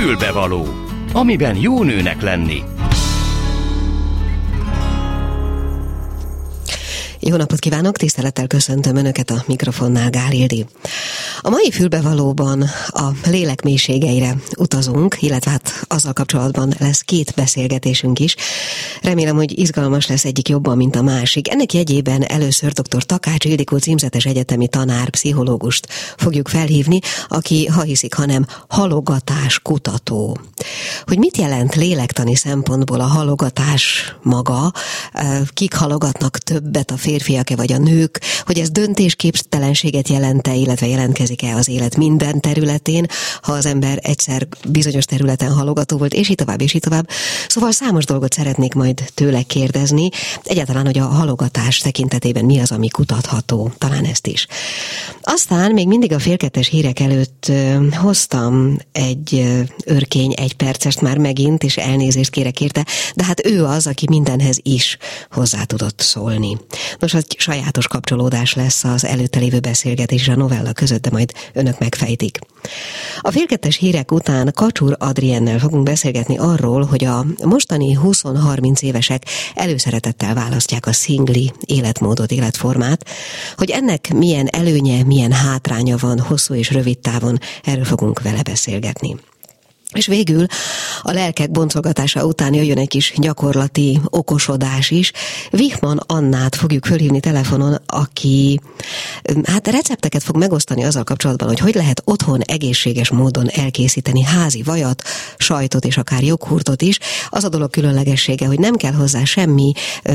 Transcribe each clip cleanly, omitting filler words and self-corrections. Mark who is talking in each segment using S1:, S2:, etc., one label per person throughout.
S1: Fülbevaló, amiben jó nőnek lenni.
S2: Jó napot kívánok, tisztelettel köszöntöm Önöket a mikrofonnál, Gál Ildi. A mai Fülbevalóban a lélek mélységeire utazunk, illetve hát azzal kapcsolatban lesz 2 beszélgetésünk is. Remélem, hogy izgalmas lesz egyik jobban, mint a másik. Ennek jegyében először dr. Takács Ildikó címzetes egyetemi tanár, pszichológust fogjuk felhívni, aki, ha hiszik, hanem halogatás kutató. Hogy mit jelent lélektani szempontból a halogatás maga, kik halogatnak többet, a férfiak-e vagy a nők, hogy ez döntésképtelenséget jelent-e, illetve jelentkezik-e az élet minden területén, ha az ember egyszer bizonyos területen halogató volt, és így tovább, és így tovább. Szóval számos dolgot szeretnék majd tőle kérdezni, egyáltalán, hogy a halogatás tekintetében mi az, ami kutatható, talán ezt is. Aztán még mindig a 1:30 hírek előtt hoztam egy örkény 1 percest már megint, és elnézést kérek érte, de hát ő az, aki mindenhez is hozzá tudott szólni. Nos, egy sajátos kapcsolódás lesz az előtte lévő beszélgetés és a novella között, de majd Önök megfejtik. A 1:30 hírek után Kacsur Adriennel fogunk beszélgetni arról, hogy a mostani 20-30 évesek előszeretettel választják a szingli életmódot, életformát, hogy ennek milyen előnye, milyen hátránya van hosszú és rövid távon, erről fogunk vele beszélgetni. És végül a lelkek boncolgatása után jöjjön egy kis gyakorlati okosodás is. Wichmann Annát fogjuk fölhívni telefonon, aki recepteket fog megosztani azzal kapcsolatban, hogy lehet otthon egészséges módon elkészíteni házi vajat, sajtot és akár joghurtot is. Az a dolog különlegessége, hogy nem kell hozzá semmi,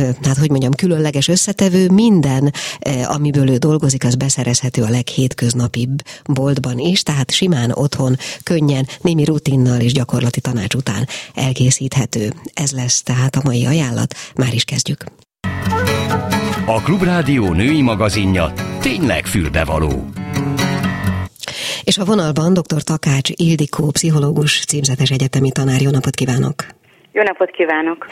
S2: különleges összetevő, minden, amiből ő dolgozik, az beszerezhető a leghétköznapibb boltban is, tehát simán otthon, könnyen, némi rutin és gyakorlati tanács után elkészíthető. Ez lesz tehát a mai ajánlat. Már is kezdjük.
S1: A Klubrádió női magazinja tényleg fülbevaló.
S2: És a vonalban dr. Takács Ildikó, pszichológus, címzetes egyetemi tanár. Jó napot kívánok!
S3: Jó napot kívánok!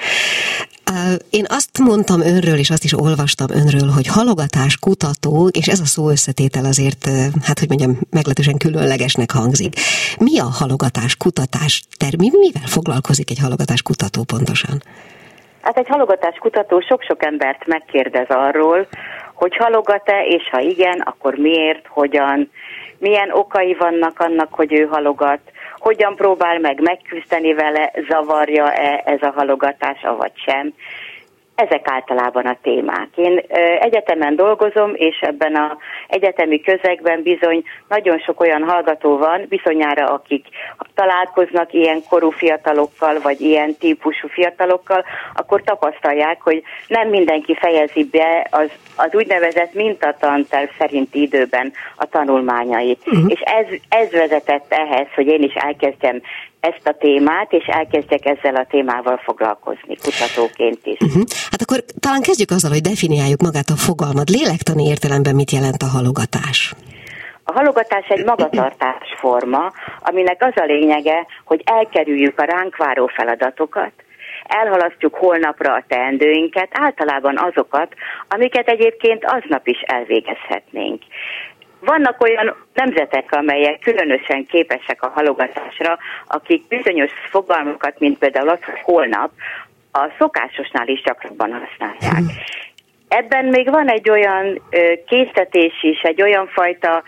S2: Én azt mondtam önről, és azt is olvastam önről, hogy halogatás kutató, és ez a szó összetétel azért, meglehetősen különlegesnek hangzik. Mi a halogatás kutatás termi? Mivel foglalkozik egy halogatás kutató pontosan?
S3: Hát egy halogatás kutató sok-sok embert megkérdez arról, hogy halogat-e, és ha igen, akkor miért, hogyan, milyen okai vannak annak, hogy ő halogat, hogyan próbál megküzdeni vele, zavarja-e ez a halogatás, avagy sem. Ezek általában a témák. Én egyetemen dolgozom, és ebben az egyetemi közegben bizony nagyon sok olyan hallgató van, bizonyára akik találkoznak ilyen korú fiatalokkal, vagy ilyen típusú fiatalokkal, akkor tapasztalják, hogy nem mindenki fejezi be az úgynevezett mintatanterv szerinti időben a tanulmányait. És ez vezetett ehhez, hogy én is elkezdjem ezt a témát, és elkezdjek ezzel a témával foglalkozni, kutatóként is.
S2: Hát akkor talán kezdjük azzal, hogy definiáljuk magát a fogalmat. Lélektani értelemben mit jelent a halogatás?
S3: A halogatás egy magatartásforma, aminek az a lényege, hogy elkerüljük a ránk váró feladatokat, elhalasztjuk holnapra a teendőinket, általában azokat, amiket egyébként aznap is elvégezhetnénk. Vannak olyan nemzetek, amelyek különösen képesek a halogatásra, akik bizonyos fogalmakat, mint például az, hogy holnap, a szokásosnál is gyakrabban használják. Ebben még van egy olyan késztetés is, egy olyan fajta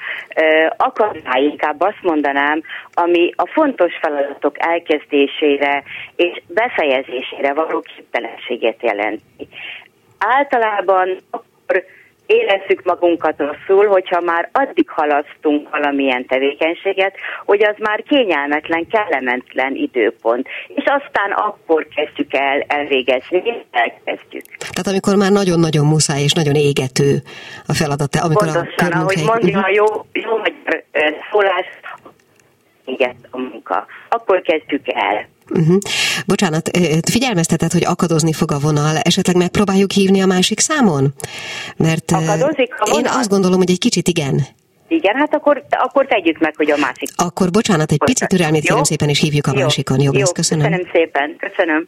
S3: akadály, inkább azt mondanám, ami a fontos feladatok elkezdésére és befejezésére való képtelenséget jelenti. Általában akkor érezzük magunkat rosszul, hogyha már addig halasztunk valamilyen tevékenységet, hogy az már kényelmetlen, kellemetlen időpont. És aztán akkor kezdjük el elvégezni, elkezdjük.
S2: Tehát amikor már nagyon-nagyon muszáj és nagyon égető a feladat.
S3: Pontosan, ahogy mondja a jó magyar szólás, igen, a munka. Akkor kezdjük el.
S2: Bocsánat, figyelmeztetett, hogy akadozni fog a vonal, esetleg megpróbáljuk hívni a másik számon? Mert
S3: akadozik a vonal?
S2: Én azt gondolom, hogy egy kicsit igen.
S3: Igen, hát akkor tegyük meg, hogy a másik.
S2: Akkor bocsánat, egy picit türelmét kérem szépen, és hívjuk a másikon. Jó, lesz, köszönöm.
S3: Köszönöm szépen, köszönöm.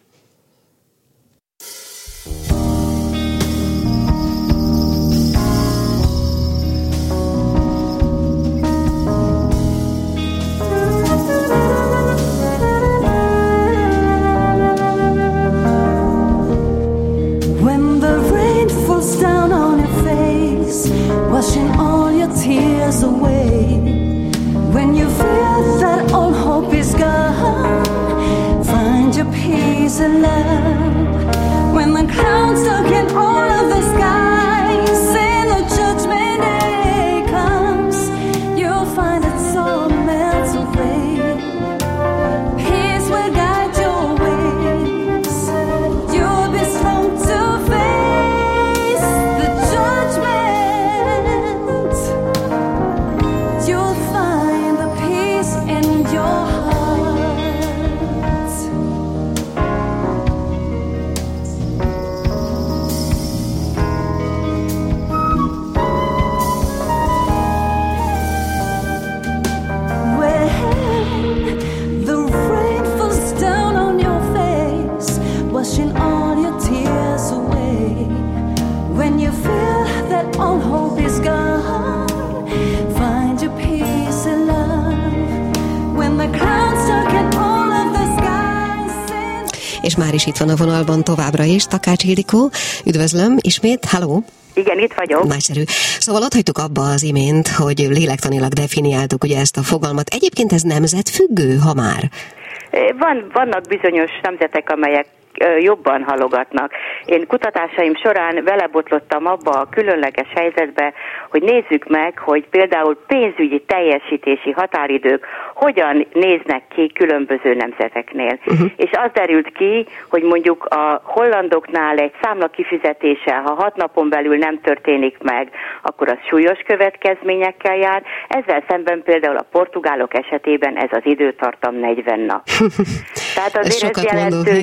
S2: és már is itt van a vonalban továbbra is Takács Ildikó. Üdvözlöm ismét, halló!
S3: Igen, itt vagyok.
S2: Nagyszerű. Szóval ott hagytuk abba az imént, hogy lélektanilag definiáltuk ugye ezt a fogalmat. Egyébként ez nemzetfüggő, ha már?
S3: Vannak bizonyos nemzetek, amelyek jobban halogatnak. Én kutatásaim során belebotlottam abba a különleges helyzetbe, hogy nézzük meg, hogy például pénzügyi teljesítési határidők hogyan néznek ki különböző nemzeteknél. És az derült ki, hogy mondjuk a hollandoknál egy számla kifizetése, ha 6 napon belül nem történik meg, akkor az súlyos következményekkel jár. Ezzel szemben például a portugálok esetében ez az időtartam 40 nap. Tehát azért ez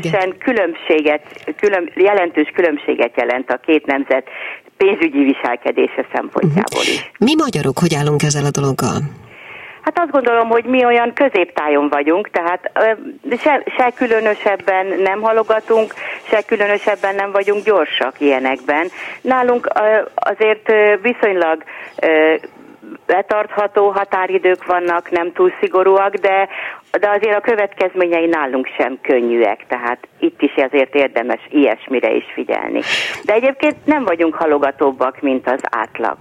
S3: jelentős különbséget jelent a két nemzet pénzügyi viselkedése szempontjából is.
S2: Mi magyarok hogy állunk ezzel a dologgal?
S3: Hát azt gondolom, hogy mi olyan középtájon vagyunk, tehát se különösebben nem halogatunk, se különösebben nem vagyunk gyorsak ilyenekben. Nálunk azért viszonylag betartható határidők vannak, nem túl szigorúak, de azért a következményei nálunk sem könnyűek, tehát itt is azért érdemes ilyesmire is figyelni. De egyébként nem vagyunk halogatóbbak, mint az átlag.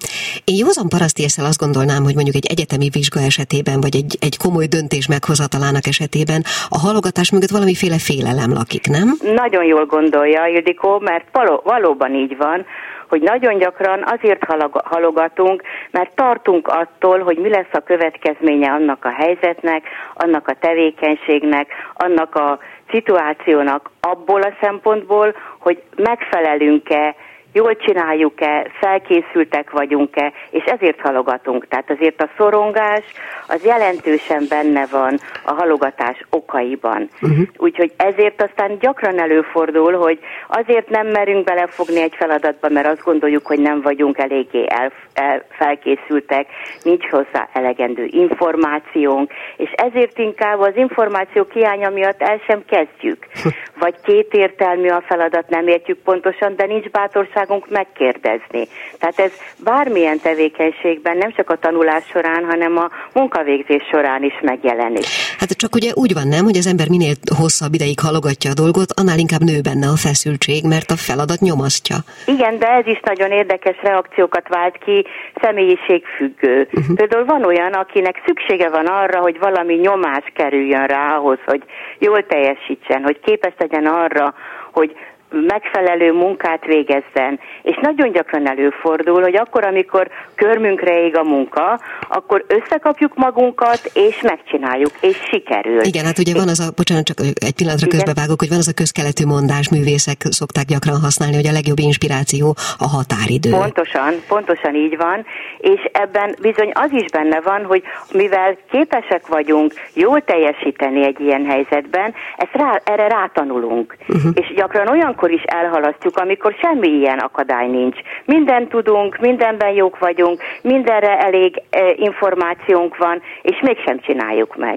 S2: Én józan paraszti ésszel azt gondolnám, hogy mondjuk egy egyetemi vizsga esetében, vagy egy komoly döntés meghozatalának esetében a halogatás mögött valamiféle félelem lakik, nem? Nagyon
S3: jól gondolja, Ildikó, mert valóban így van, hogy nagyon gyakran azért halogatunk, mert tartunk attól, hogy mi lesz a következménye annak a helyzetnek, annak a tevékenységnek, annak a szituációnak abból a szempontból, hogy megfelelünk-e, jól csináljuk-e, felkészültek vagyunk-e, és ezért halogatunk. Tehát azért a szorongás az jelentősen benne van a halogatás okaiban. Úgyhogy ezért aztán gyakran előfordul, hogy azért nem merünk belefogni egy feladatba, mert azt gondoljuk, hogy nem vagyunk eléggé felkészültek, nincs hozzá elegendő információnk, és ezért inkább az információ hiánya miatt el sem kezdjük. Vagy kétértelmű a feladat, nem értjük pontosan, de nincs bátorság megkérdezni. Tehát ez bármilyen tevékenységben, nem csak a tanulás során, hanem a munkavégzés során is megjelenik.
S2: Hát csak ugye úgy van, nem, hogy az ember minél hosszabb ideig halogatja a dolgot, annál inkább nő benne a feszültség, mert a feladat nyomasztja.
S3: Igen, de ez is nagyon érdekes reakciókat vált ki, személyiségfüggő. Például van olyan, akinek szüksége van arra, hogy valami nyomás kerüljön rá ahhoz, hogy jól teljesítsen, hogy képes legyen arra, hogy megfelelő munkát végezzen. És nagyon gyakran előfordul, hogy akkor, amikor körmünkre ég a munka, akkor összekapjuk magunkat, és megcsináljuk, és sikerül.
S2: Igen, hát ugye van az a, bocsánat, csak egy pillanatra közbevágok, hogy van az a közkeletű mondás, művészek szokták gyakran használni, hogy a legjobb inspiráció a határidő.
S3: Pontosan így van, és ebben bizony az is benne van, hogy mivel képesek vagyunk jól teljesíteni egy ilyen helyzetben, erre rátanulunk. És gyakran olyankor is elhalasztjuk, amikor semmi ilyen akadály nincs. Mindent tudunk, mindenben jók vagyunk, mindenre elég információnk van, és mégsem csináljuk meg.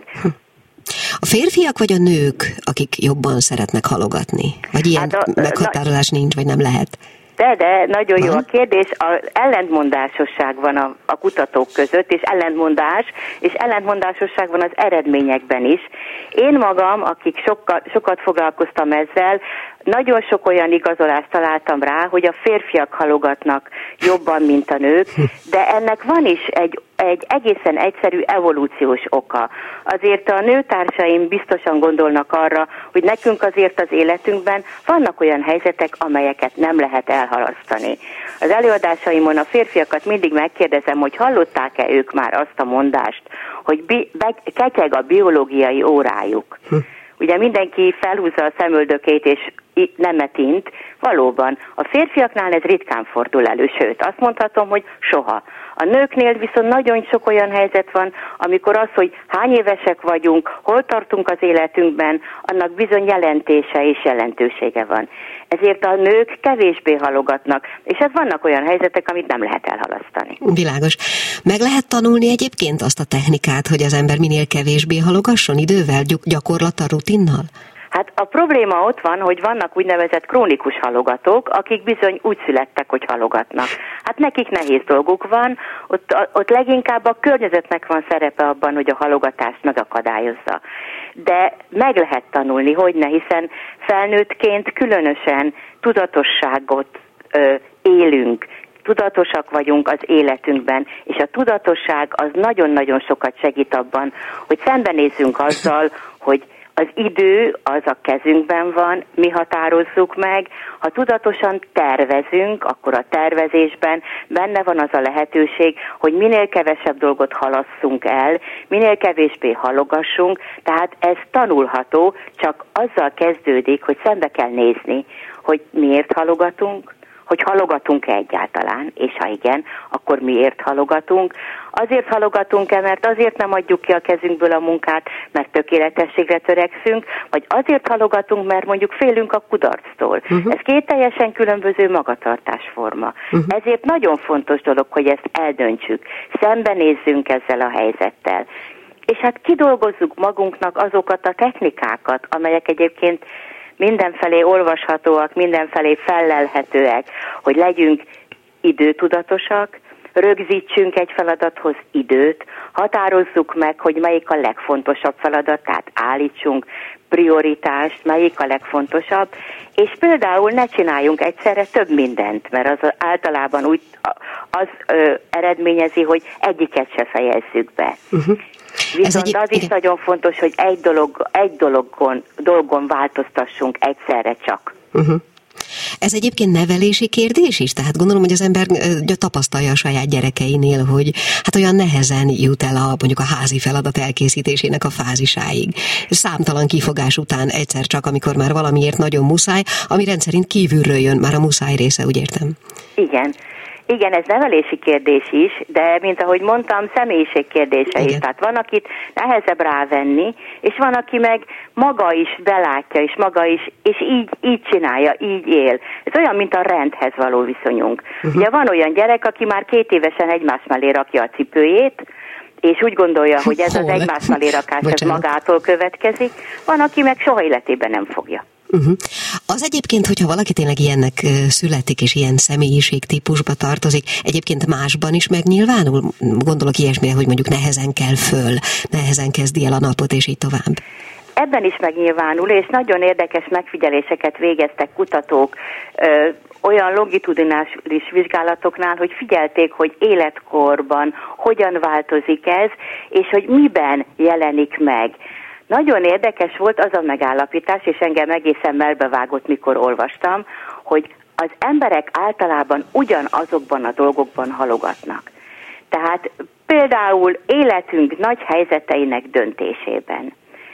S2: A férfiak vagy a nők, akik jobban szeretnek halogatni? Vagy ilyen meghatározás nincs, vagy nem lehet?
S3: De nagyon jó a kérdés. Ellentmondásosság van a kutatók között, és ellentmondásosság van az eredményekben is. Én magam, akik sokat foglalkoztam ezzel, nagyon sok olyan igazolást találtam rá, hogy a férfiak halogatnak jobban, mint a nők, de ennek van is egy egészen egyszerű evolúciós oka. Azért a nőtársaim biztosan gondolnak arra, hogy nekünk azért az életünkben vannak olyan helyzetek, amelyeket nem lehet elhalasztani. Az előadásaimon a férfiakat mindig megkérdezem, hogy hallották-e ők már azt a mondást, hogy ketyeg a biológiai órájuk. Ugye mindenki felhúzza a szemöldökét és nemet int. Valóban, a férfiaknál ez ritkán fordul elő, sőt, azt mondhatom, hogy soha. A nőknél viszont nagyon sok olyan helyzet van, amikor az, hogy hány évesek vagyunk, hol tartunk az életünkben, annak bizony jelentése és jelentősége van. Ezért a nők kevésbé halogatnak, és hát vannak olyan helyzetek, amit nem lehet elhalasztani.
S2: Világos. Meg lehet tanulni egyébként azt a technikát, hogy az ember minél kevésbé halogasson idővel, gyakorlattal, rutinnal?
S3: Hát a probléma ott van, hogy vannak úgynevezett krónikus halogatók, akik bizony úgy születtek, hogy halogatnak. Hát nekik nehéz dolguk van, ott leginkább a környezetnek van szerepe abban, hogy a halogatást megakadályozza. De meg lehet tanulni, hogyne, hiszen felnőttként különösen tudatosságot élünk, tudatosak vagyunk az életünkben, és a tudatosság az nagyon-nagyon sokat segít abban, hogy szembenézzünk azzal, hogy az idő az a kezünkben van, mi határozzuk meg. Ha tudatosan tervezünk, akkor a tervezésben benne van az a lehetőség, hogy minél kevesebb dolgot halasszunk el, minél kevésbé halogassunk, tehát ez tanulható, csak azzal kezdődik, hogy szembe kell nézni, hogy miért halogatunk, hogy halogatunk-e egyáltalán, és ha igen, akkor miért halogatunk. Azért halogatunk-e, mert azért nem adjuk ki a kezünkből a munkát, mert tökéletességre törekszünk, vagy azért halogatunk, mert mondjuk félünk a kudarctól. Ez két teljesen különböző magatartásforma. Ezért nagyon fontos dolog, hogy ezt eldöntsük, szembenézzünk ezzel a helyzettel. És hát kidolgozzuk magunknak azokat a technikákat, amelyek egyébként mindenfelé olvashatóak, mindenfelé fellelhetőek, hogy legyünk időtudatosak, rögzítsünk egy feladathoz időt, határozzuk meg, hogy melyik a legfontosabb feladat, tehát állítsunk prioritást, melyik a legfontosabb, és például ne csináljunk egyszerre több mindent, mert az általában úgy eredményezi, hogy egyiket se fejezzük be. Viszont az is nagyon fontos, hogy egy dolgon változtassunk egyszerre csak.
S2: Ez egyébként nevelési kérdés is? Tehát gondolom, hogy az ember tapasztalja a saját gyerekeinél, hogy hát olyan nehezen jut el mondjuk a házi feladat elkészítésének a fázisáig. Számtalan kifogás után egyszer csak, amikor már valamiért nagyon muszáj, ami rendszerint kívülről jön, már a muszáj része, úgy értem.
S3: Igen, ez nevelési kérdés is, de mint ahogy mondtam, személyiség kérdése is. Tehát van, akit nehezebb rávenni, és van, aki meg maga is belátja, és maga is, és így csinálja, így él. Ez olyan, mint a rendhez való viszonyunk. Ugye van olyan gyerek, aki már 2 évesen egymás mellé rakja a cipőjét, és úgy gondolja, hogy ez az egymás mellé rakás ez magától következik, van, aki meg soha életében nem fogja.
S2: Az egyébként, hogyha valaki tényleg ilyennek születik, és ilyen személyiségtípusba tartozik, egyébként másban is megnyilvánul? Gondolok ilyesmire, hogy mondjuk nehezen kell föl, nehezen kezdi el a napot, és így tovább.
S3: Ebben is megnyilvánul, és nagyon érdekes megfigyeléseket végeztek kutatók olyan longitudinális vizsgálatoknál, hogy figyelték, hogy életkorban hogyan változik ez, és hogy miben jelenik meg. Nagyon érdekes volt az a megállapítás, és engem egészen melbevágott, mikor olvastam, hogy az emberek általában ugyanazokban a dolgokban halogatnak. Tehát például életünk nagy helyzeteinek döntésében,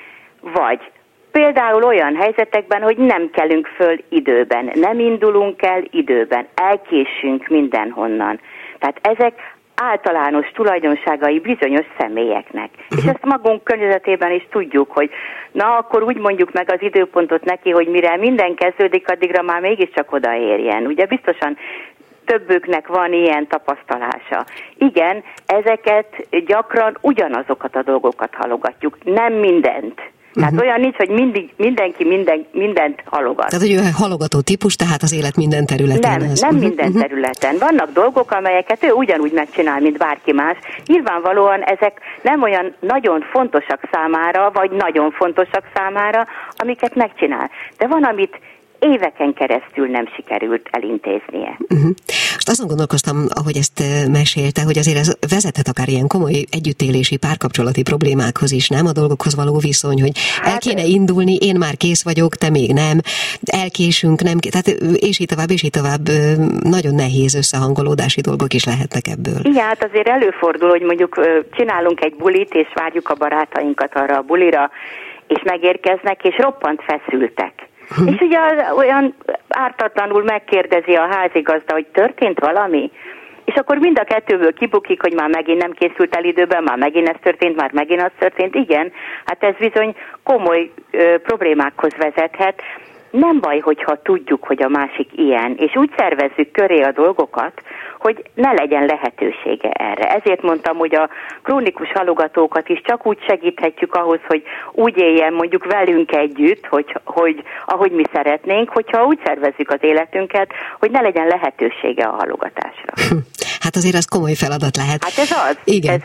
S3: vagy például olyan helyzetekben, hogy nem kelünk föl időben, nem indulunk el időben, elkésünk mindenhonnan. Tehát ezek általános tulajdonságai bizonyos személyeknek. És ezt magunk környezetében is tudjuk, hogy na, akkor úgy mondjuk meg az időpontot neki, hogy mire minden kezdődik, addigra már mégiscsak odaérjen. Ugye biztosan többüknek van ilyen tapasztalása. Igen, ezeket gyakran ugyanazokat a dolgokat halogatjuk, nem mindent. Tehát olyan nincs, hogy mindenki mindent halogat.
S2: Tehát, hogy ő halogató típus, tehát az élet minden területen.
S3: Nem minden területen. Vannak dolgok, amelyeket ő ugyanúgy megcsinál, mint bárki más. Nyilvánvalóan ezek nem olyan nagyon fontosak számára, vagy nagyon fontosak számára, amiket megcsinál. De van, amit éveken keresztül nem sikerült elintéznie.
S2: Most azon gondolkoztam, ahogy ezt mesélte, hogy azért ez vezethet akár ilyen komoly együttélési, párkapcsolati problémákhoz is, nem? A dolgokhoz való viszony, hogy el kéne indulni, én már kész vagyok, te még nem, elkésünk, nem, tehát és így tovább nagyon nehéz összehangolódási dolgok is lehetnek ebből. Igen,
S3: hát azért előfordul, hogy mondjuk csinálunk egy bulit, és várjuk a barátainkat arra a bulira, és megérkeznek, és roppant feszültek. És ugye olyan ártatlanul megkérdezi a házigazda, hogy történt valami, és akkor mind a kettőből kibukik, hogy már megint nem készült el időben, már megint ez történt, már megint az történt. Igen, hát ez bizony komoly problémákhoz vezethet. nem baj, hogyha tudjuk, hogy a másik ilyen, és úgy szervezzük köré a dolgokat, hogy ne legyen lehetősége erre. Ezért mondtam, hogy a krónikus halogatókat is csak úgy segíthetjük ahhoz, hogy úgy éljen mondjuk velünk együtt, hogy ahogy mi szeretnénk, hogyha úgy szervezzük az életünket, hogy ne legyen lehetősége a halogatásra.
S2: Hát azért az komoly feladat lehet.
S3: Hát ez az.
S2: Igen.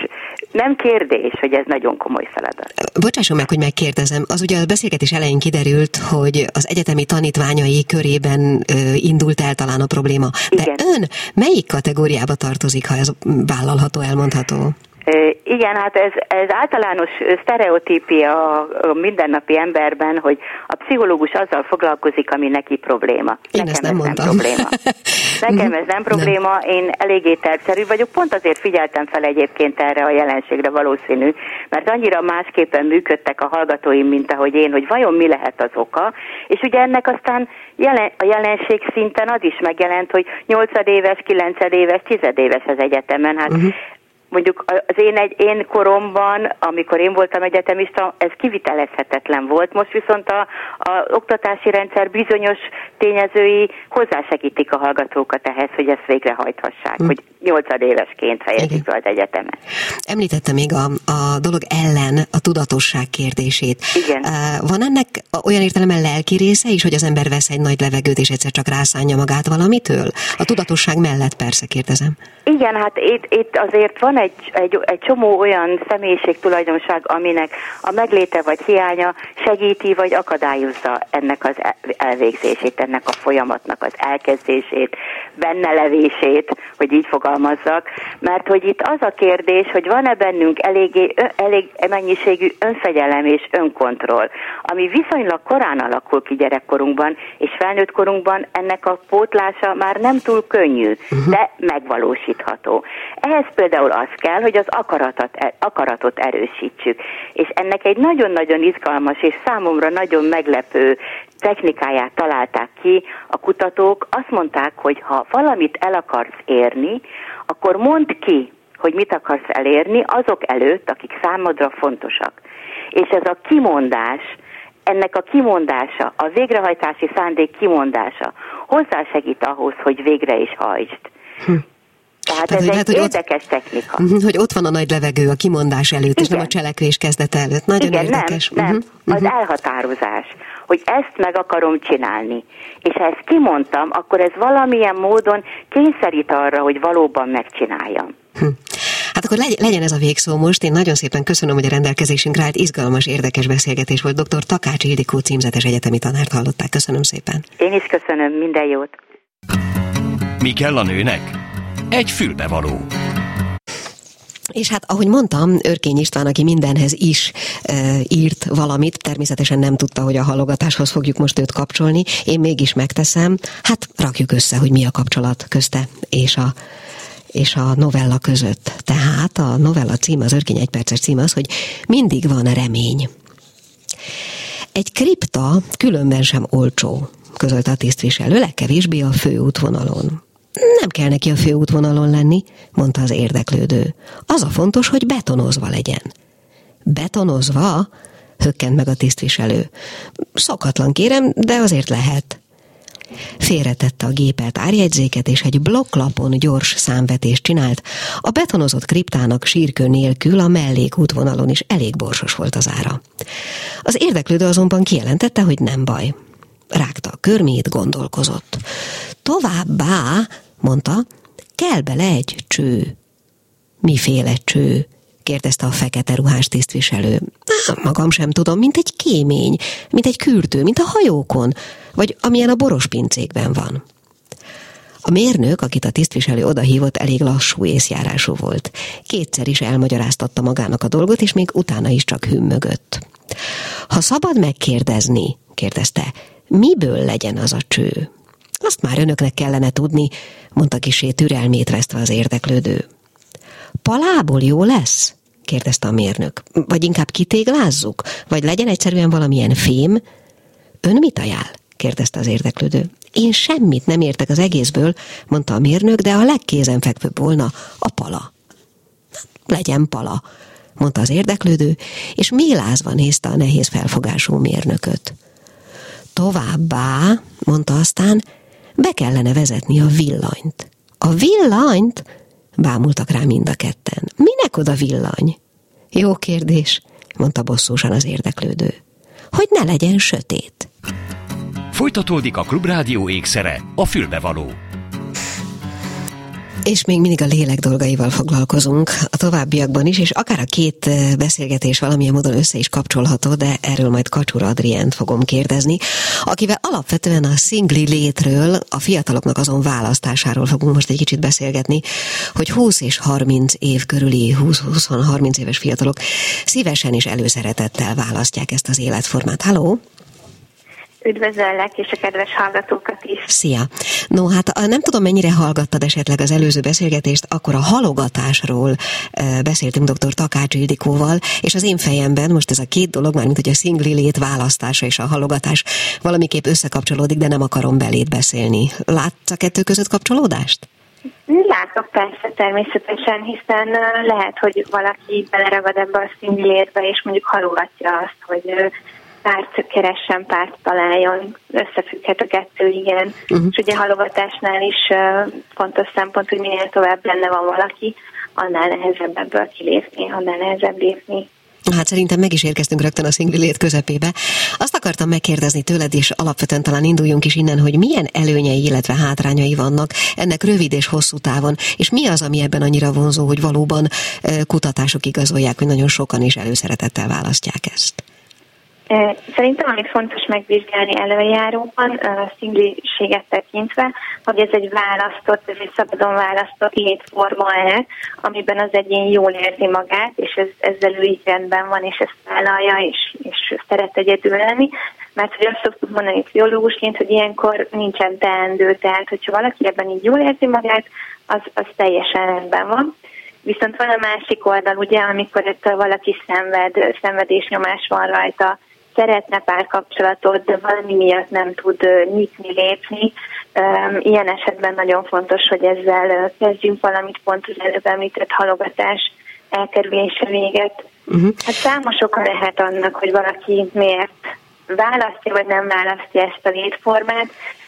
S3: Nem kérdés, hogy ez nagyon komoly feladat.
S2: Bocsásson meg, hogy megkérdezem. Az ugye a beszélgetés elején kiderült, hogy az egyetemi tanítványai körében indult el talán a probléma. De
S3: igen.
S2: Ön melyik kategóriába tartozik, ha ez vállalható, elmondható?
S3: Igen, hát ez általános sztereotípia a mindennapi emberben, hogy a pszichológus azzal foglalkozik, ami neki probléma.
S2: Én ezt nem mondtam.
S3: Probléma. Nekem ez nem probléma, én eléggé tervszerű vagyok, pont azért figyeltem fel egyébként erre a jelenségre valószínű, mert annyira másképpen működtek a hallgatóim, mint ahogy én, hogy vajon mi lehet az oka, és ugye ennek aztán a jelenség szinten az is megjelent, hogy 8 éves, 9 éves, 10 éves az egyetemen, hát mondjuk az én koromban, amikor én voltam egyetemista, ez kivitelezhetetlen volt. Most viszont a oktatási rendszer bizonyos tényezői hozzásegítik a hallgatókat ehhez, hogy ezt végrehajthassák, hogy 8 évesként fejezik be az egyetemen.
S2: Említette még a dolog ellen a tudatosság kérdését.
S3: Igen.
S2: Van ennek olyan értelemben lelki része is, hogy az ember vesz egy nagy levegőt, és egyszer csak rászánja magát valamitől? A tudatosság mellett persze, kérdezem. Igen,
S3: hát itt azért van egy csomó olyan személyiségtulajdonság, aminek a megléte vagy hiánya segíti vagy akadályozza ennek az elvégzését, ennek a folyamatnak az elkezdését, benne levését, hogy így fogalmazzak, mert hogy itt az a kérdés, hogy van-e bennünk elég mennyiségű önfegyelem és önkontroll, ami viszonylag korán alakul ki gyerekkorunkban, és felnőtt korunkban ennek a pótlása már nem túl könnyű, de megvalósítható. Ehhez például az kell, hogy az akaratot erősítsük. És ennek egy nagyon-nagyon izgalmas és számomra nagyon meglepő technikáját találták ki a kutatók. Azt mondták, hogy ha valamit el akarsz érni, akkor mondd ki, hogy mit akarsz elérni azok előtt, akik számodra fontosak. És ez a kimondás, ennek a kimondása, a végrehajtási szándék kimondása hozzásegít ahhoz, hogy végre is hajtsd. Tehát ez egy érdekes technika.
S2: Hogy ott van a nagy levegő a kimondás előtt, igen, és nem a cselekvés kezdete előtt. Nagyon érdekes.
S3: Nem. Az elhatározás, hogy ezt meg akarom csinálni. És ha ezt kimondtam, akkor ez valamilyen módon kényszerít arra, hogy valóban megcsináljam.
S2: Hát akkor legyen ez a végszó most. Én nagyon szépen köszönöm, hogy a rendelkezésünkre állt. Izgalmas, érdekes beszélgetés volt. Dr. Takács Ildikó címzetes egyetemi tanárt hallották. Köszönöm szépen.
S3: Én is köszönöm, minden jót.
S1: Mi kell a nőnek? Egy fülbevaló.
S2: És hát, ahogy mondtam, Örkény István, aki mindenhez is írt valamit, természetesen nem tudta, hogy a halogatáshoz fogjuk most őt kapcsolni. Én mégis megteszem. Hát rakjuk össze, hogy mi a kapcsolat közte és a novella között. Tehát a novella címe, az Örkény egyperces címe az, hogy mindig van remény. Egy kripta különben sem olcsó, közölte a tisztviselő, legkevésbé a főútvonalon. Nem kell neki a főútvonalon lenni, mondta az érdeklődő. Az a fontos, hogy betonozva legyen. Betonozva? Hökkent meg a tisztviselő. Szokatlan kérem, de azért lehet. Félretette a gépelt árjegyzéket, és egy blokklapon gyors számvetést csinált. A betonozott kriptának sírkő nélkül a mellékútvonalon is elég borsos volt az ára. Az érdeklődő azonban kijelentette, hogy nem baj. Rágta a körmét, gondolkozott. Továbbá, mondta, kell bele egy cső. Miféle cső? Kérdezte a fekete ruhás tisztviselő. Magam sem tudom, mint egy kémény, mint egy kürtő, mint a hajókon, vagy amilyen a borospincékben van. A mérnök, akit a tisztviselő odahívott, elég lassú észjárású volt. Kétszer is elmagyaráztatta magának a dolgot, és még utána is csak hümmögött. Ha szabad megkérdezni, kérdezte, miből legyen az a cső? Azt már önöknek kellene tudni, mondta kissé türelmét vesztve az érdeklődő. Palából jó lesz? Kérdezte a mérnök. Vagy inkább kitéglázzuk? Vagy legyen egyszerűen valamilyen fém? Ön mit ajánl? Kérdezte az érdeklődő. Én semmit nem értek az egészből, mondta a mérnök, de a legkézenfekvőbb volna a pala. Legyen pala, mondta az érdeklődő, és mélázva nézte a nehéz felfogású mérnököt. Továbbá, mondta aztán, be kellene vezetni a villanyt. A villanyt? Bámultak rá mind a ketten. Minek oda villany? Jó kérdés, mondta bosszúsan az érdeklődő. Hogy ne legyen sötét.
S1: Folytatódik a Klubrádió ékszere, a fülbevaló.
S2: És még mindig a lélek dolgaival foglalkozunk a továbbiakban is, és akár a két beszélgetés valamilyen módon össze is kapcsolható, de erről majd Kacsura Adriánt fogom kérdezni, akivel alapvetően a szingli létről, a fiataloknak azon választásáról fogunk most egy kicsit beszélgetni, hogy 20 és 30 év körüli, 20-30 éves fiatalok szívesen és előszeretettel választják ezt az életformát. Halló!
S4: Üdvözöllek, és a kedves hallgatókat is.
S2: Szia! No, hát nem tudom, mennyire hallgattad esetleg az előző beszélgetést, akkor a halogatásról beszéltünk dr. Takács Ildikóval, és az én fejemben most ez a két dolog, mármint hogy a szingli lét választása és a halogatás valamiképp összekapcsolódik, de nem akarom beléd beszélni. Látsz a kettő között kapcsolódást?
S4: Látok persze, természetesen, hiszen lehet, hogy valaki beleragad ebbe a szingli létbe, és mondjuk halogatja azt, hogy párt keressen, párt találjon, összefügghet a kettő, igen. És ugye halogatásnál is fontos szempont, hogy minél tovább benne van valaki, annál nehezebb ebből kilépni, annál nehezebb lépni.
S2: Hát szerintem meg is érkeztünk rögtön a szingli lét közepébe. Azt akartam megkérdezni tőled, és alapvetően talán induljunk is innen, hogy milyen előnyei, illetve hátrányai vannak ennek rövid és hosszú távon, és mi az, ami ebben annyira vonzó, hogy valóban kutatások igazolják, hogy nagyon sokan is előszeretettel választják ezt.
S4: Szerintem, amit fontos megvizsgálni előjáróban, a szingliséget tekintve, hogy ez egy választott, ez egy szabadon választott létforma-e, amiben az egyén jól érzi magát, és ezzel ő így rendben van, és ezt vállalja, és szeret egyedül lenni. Mert hogy azt szoktuk mondani pszichológusként, hogy ilyenkor nincsen teendő, tehát hogyha valaki ebben így jól érzi magát, az teljesen rendben van. Viszont van a másik oldal, ugye, amikor ettől valaki szenvedésnyomás van rajta, szeretne párkapcsolatot, de valami miatt nem tud nyitni, lépni. Ilyen esetben nagyon fontos, hogy ezzel kezdjünk valamit, pont az előbb említett halogatás elkerülése véget. Hát számos oka lehet annak, hogy valaki miért választja, vagy nem választja ezt a létformát,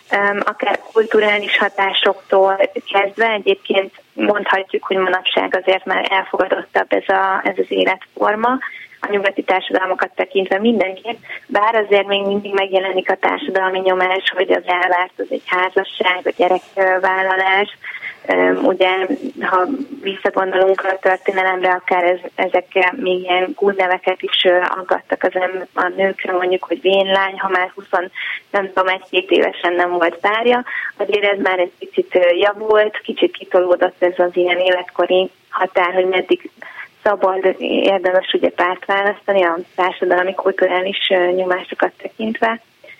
S4: akár kulturális hatásoktól kezdve, egyébként mondhatjuk, hogy manapság azért már elfogadottabb ez az életforma, a nyugati társadalmakat tekintve mindenképp, bár azért még mindig megjelenik a társadalmi nyomás, hogy az elvárt az egy házasság, a gyerekvállalás. Ugye, ha visszagondolunk a történelemre, akár ezekkel még ilyen gúrneveket is aggattak a nőkre, mondjuk, hogy vénlány, ha már 1-2 évesen nem volt párja, azért ez már egy picit javult, kicsit kitolódott ez az ilyen életkori határ, hogy meddig szabad, érdemes ugye párt választani a társadalmi kulturális nyomásokat tekintve.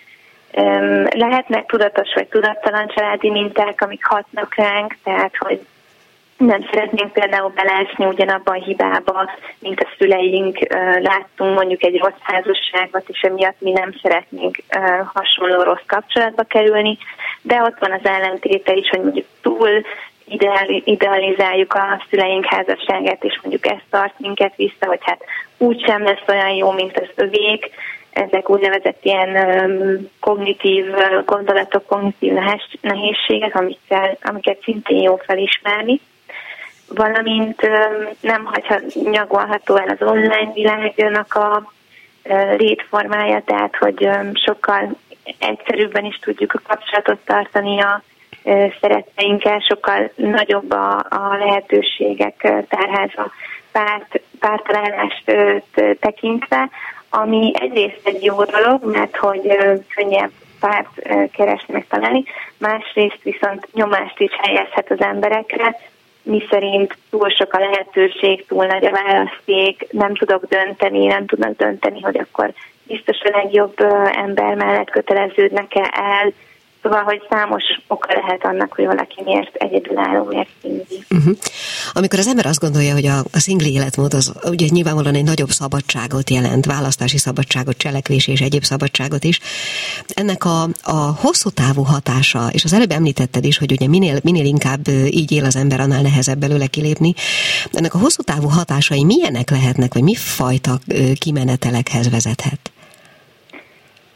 S4: Lehetnek tudatos vagy tudattalan családi minták, amik hatnak ránk, tehát hogy nem szeretnénk például beleesni ugyanabban a hibába, mint a szüleink, láttunk mondjuk egy rossz házasságot, és emiatt mi nem szeretnénk hasonló rossz kapcsolatba kerülni, de ott van az ellentéte is, hogy mondjuk túl idealizáljuk a szüleink házasságát, és mondjuk ezt tart minket vissza, hogy hát úgysem lesz olyan jó, mint az övék. Ezek úgynevezett ilyen kognitív gondolatok, kognitív nehézségek, amiket szintén jó felismerni. Valamint nem nyagolható el az online világnak a létformája, tehát hogy sokkal egyszerűbben is tudjuk a kapcsolatot tartani a szeretteinkkel, sokkal nagyobb a lehetőségek tárháza pártalálást tekintve, ami egyrészt egy jó dolog, mert hogy könnyebb párt keresni, megtalálni, másrészt viszont nyomást is helyezhet az emberekre, miszerint túl sok a lehetőség, túl nagy a választék, nem tudnak dönteni, hogy akkor biztos a legjobb ember mellett köteleződnek-e el. Szóval, hogy számos oka lehet annak, hogy valaki miért egyedülálló, miért szingli.
S2: Amikor az ember azt gondolja, hogy a szingli életmód az ugye nyilvánvalóan egy nagyobb szabadságot jelent, választási szabadságot, cselekvési és egyéb szabadságot is, ennek a hosszú távú hatása, és az előbb említetted is, hogy ugye minél inkább így él az ember, annál nehezebb belőle kilépni, ennek a hosszú távú hatásai milyenek lehetnek, vagy mi fajta kimenetelekhez vezethet?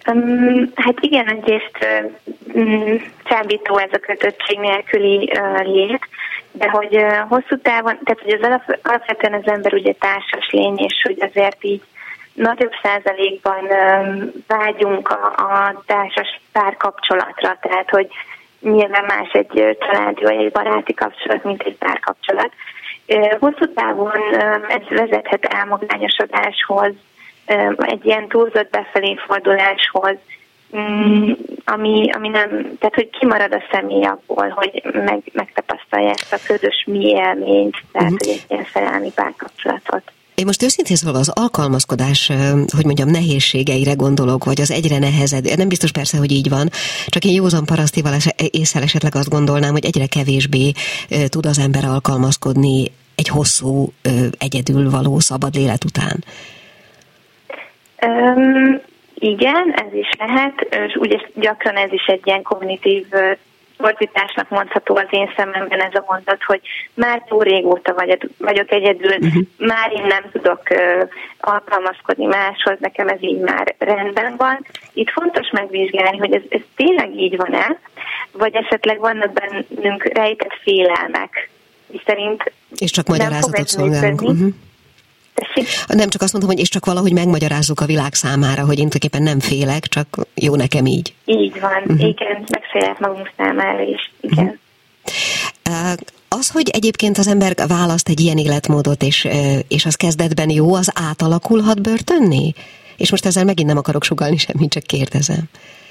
S4: Hát igen, egyrészt csábító ez a kötöttség nélküli lét, de hogy hosszú távon, tehát hogy alapvetően az ember ugye társas lény, és hogy azért így nagyobb százalékban vágyunk a társas párkapcsolatra, tehát hogy nyilván más egy családi vagy egy baráti kapcsolat, mint egy párkapcsolat. Hosszú távon ez vezethet elmagányosodáshoz, egy ilyen túlzott befelé forduláshoz, ami nem, tehát hogy kimarad a személy abból, hogy megtapasztalja ezt a közös mi élményt, tehát hogy egy ilyen szerelmi párkapcsolatot.
S2: Én most őszintén szólva az alkalmazkodás, hogy mondjam, nehézségeire gondolok, vagy az egyre nehezebb, nem biztos persze, hogy így van, csak én józan parasztival ésszel esetleg azt gondolnám, hogy egyre kevésbé tud az ember alkalmazkodni egy hosszú, egyedül való szabad élet után.
S4: Igen, ez is lehet, és ugye gyakran ez is egy ilyen kognitív torzításnak mondható az én szememben ez a mondat, hogy már túl régóta vagyok egyedül, már én nem tudok alkalmazkodni máshoz, nekem ez így már rendben van. Itt fontos megvizsgálni, hogy ez tényleg így van-e, vagy esetleg vannak bennünk rejtett félelmek, szerint
S2: és csak magyarázatot szolgálunk. Nem csak azt mondom, hogy és csak valahogy megmagyarázzuk a világ számára, hogy én tulajdonképpen nem félek, csak jó nekem így.
S4: Így van, igen, megfélek magunk számára is, igen.
S2: Az, hogy egyébként az ember választ egy ilyen életmódot, és az kezdetben jó, az átalakulhat börtönné? És most ezzel megint nem akarok sugallni semmit, csak kérdezem.